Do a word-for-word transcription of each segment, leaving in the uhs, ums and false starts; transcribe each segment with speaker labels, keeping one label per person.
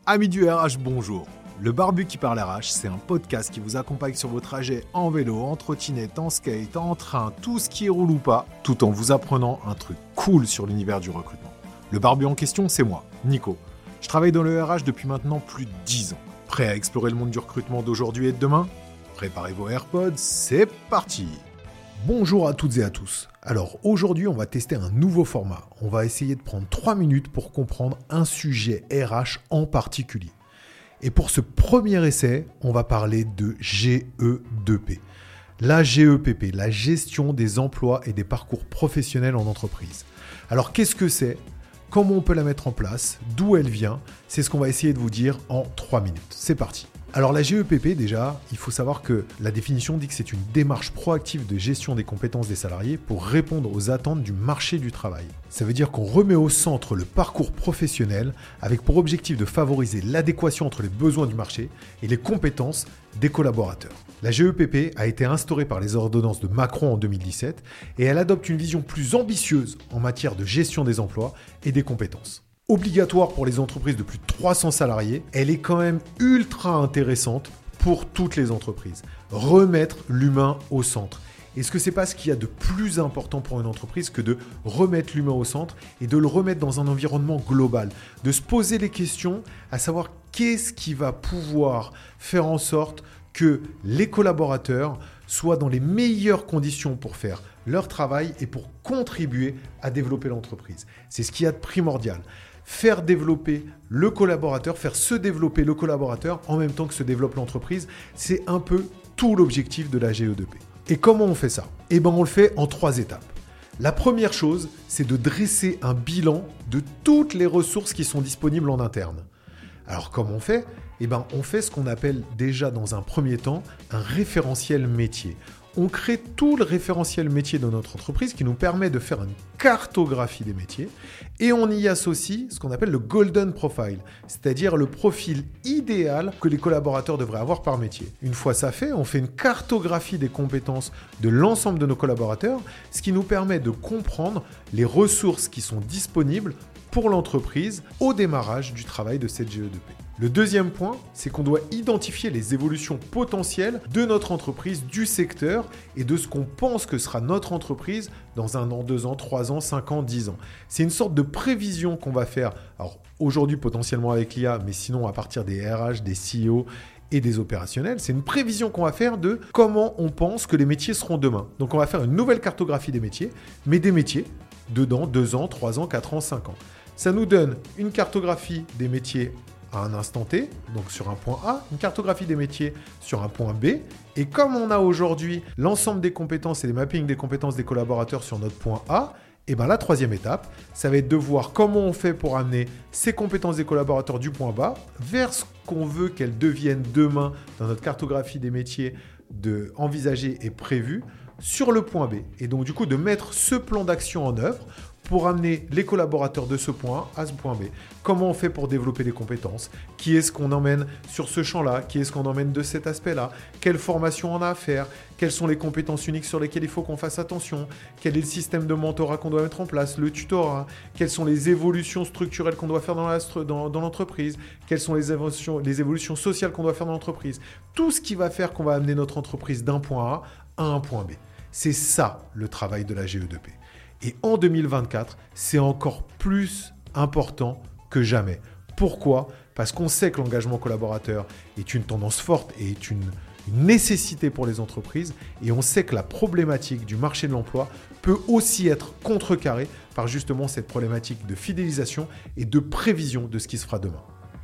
Speaker 1: Amis du R H, bonjour. Le Barbu qui parle R H, c'est un podcast qui vous accompagne sur vos trajets en vélo, en trottinette, en skate, en train, tout ce qui roule ou pas, tout en vous apprenant un truc cool sur l'univers du recrutement. Le Barbu en question, c'est moi, Nico. Je travaille dans le R H depuis maintenant plus de dix ans. Prêt à explorer le monde du recrutement d'aujourd'hui et de demain ? Préparez vos AirPods, c'est parti ! Bonjour à toutes et à tous. Alors aujourd'hui, on va tester un nouveau format. On va essayer de prendre trois minutes pour comprendre un sujet R H en particulier. Et pour ce premier essai, on va parler de G E deux P. La G E P P, la gestion des emplois et des parcours professionnels en entreprise. Alors qu'est-ce que c'est ? Comment on peut la mettre en place ? D'où elle vient ? C'est ce qu'on va essayer de vous dire en trois minutes. C'est parti. Alors la G E P P, déjà, il faut savoir que la définition dit que c'est une démarche proactive de gestion des compétences des salariés pour répondre aux attentes du marché du travail. Ça veut dire qu'on remet au centre le parcours professionnel avec pour objectif de favoriser l'adéquation entre les besoins du marché et les compétences des collaborateurs. La G E P P a été instaurée par les ordonnances de Macron en deux mille dix-sept et elle adopte une vision plus ambitieuse en matière de gestion des emplois et des compétences. Obligatoire pour les entreprises de plus de trois cents salariés, elle est quand même ultra intéressante pour toutes les entreprises. Remettre l'humain au centre. Est-ce que c'est pas ce qu'il y a de plus important pour une entreprise que de remettre l'humain au centre et de le remettre dans un environnement global, de se poser les questions à savoir qu'est-ce qui va pouvoir faire en sorte que les collaborateurs soient dans les meilleures conditions pour faire leur travail et pour contribuer à développer l'entreprise. C'est ce qu'il y a de primordial. Faire développer le collaborateur, faire se développer le collaborateur en même temps que se développe l'entreprise, c'est un peu tout l'objectif de la G E deux P. Et comment on fait ça ? Eh bien, on le fait en trois étapes. La première chose, c'est de dresser un bilan de toutes les ressources qui sont disponibles en interne. Alors, comment on fait ? Eh bien, on fait ce qu'on appelle déjà dans un premier temps un référentiel métier. On crée tout le référentiel métier de notre entreprise qui nous permet de faire une cartographie des métiers et on y associe ce qu'on appelle le Golden Profile, c'est-à-dire le profil idéal que les collaborateurs devraient avoir par métier. Une fois ça fait, on fait une cartographie des compétences de l'ensemble de nos collaborateurs, ce qui nous permet de comprendre les ressources qui sont disponibles pour l'entreprise au démarrage du travail de cette G E deux P. Le deuxième point, c'est qu'on doit identifier les évolutions potentielles de notre entreprise, du secteur et de ce qu'on pense que sera notre entreprise dans un an, deux ans, trois ans, cinq ans, dix ans. C'est une sorte de prévision qu'on va faire, alors aujourd'hui potentiellement avec l'I A, mais sinon à partir des R H, des C E O et des opérationnels. C'est une prévision qu'on va faire de comment on pense que les métiers seront demain. Donc on va faire une nouvelle cartographie des métiers, mais des métiers dedans deux ans, trois ans, quatre ans, cinq ans. Ça nous donne une cartographie des métiers à un instant T, donc sur un point A, une cartographie des métiers sur un point B. Et comme on a aujourd'hui l'ensemble des compétences et les mappings des compétences des collaborateurs sur notre point A, et bien la troisième étape, ça va être de voir comment on fait pour amener ces compétences des collaborateurs du point bas vers ce qu'on veut qu'elles deviennent demain dans notre cartographie des métiers de envisager et prévu sur le point B. Et donc du coup de mettre ce plan d'action en œuvre pour amener les collaborateurs de ce point A à ce point B. Comment on fait pour développer les compétences ? Qui est-ce qu'on emmène sur ce champ-là ? Qui est-ce qu'on emmène de cet aspect-là ? Quelle formation on a à faire ? Quelles sont les compétences uniques sur lesquelles il faut qu'on fasse attention ? Quel est le système de mentorat qu'on doit mettre en place ? Le tutorat ? Quelles sont les évolutions structurelles qu'on doit faire dans, la, dans, dans l'entreprise ? Quelles sont les évolutions, les évolutions sociales qu'on doit faire dans l'entreprise ? Tout ce qui va faire qu'on va amener notre entreprise d'un point A à un point B. C'est ça le travail de la G E deux P. Et en deux mille vingt-quatre, c'est encore plus important que jamais. Pourquoi ? Parce qu'on sait que l'engagement collaborateur est une tendance forte et est une, une nécessité pour les entreprises. Et on sait que la problématique du marché de l'emploi peut aussi être contrecarrée par justement cette problématique de fidélisation et de prévision de ce qui se fera demain.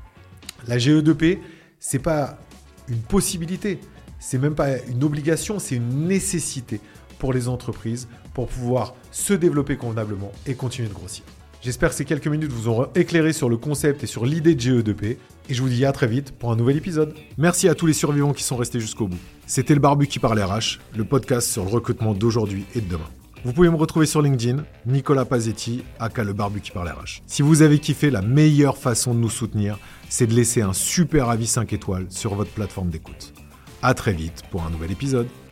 Speaker 1: La G E deux P, ce n'est pas une possibilité, ce n'est même pas une obligation, c'est une nécessité pour les entreprises pour pouvoir se développer convenablement et continuer de grossir. J'espère que ces quelques minutes vous auront éclairé sur le concept et sur l'idée de G E deux P et je vous dis à très vite pour un nouvel épisode. Merci à tous les survivants qui sont restés jusqu'au bout. C'était le Barbu qui parle R H, le podcast sur le recrutement d'aujourd'hui et de demain. Vous pouvez me retrouver sur LinkedIn, Nicolas Pazetti, aka le Barbu qui parle R H. Si vous avez kiffé, la meilleure façon de nous soutenir, c'est de laisser un super avis cinq étoiles sur votre plateforme d'écoute. À très vite pour un nouvel épisode.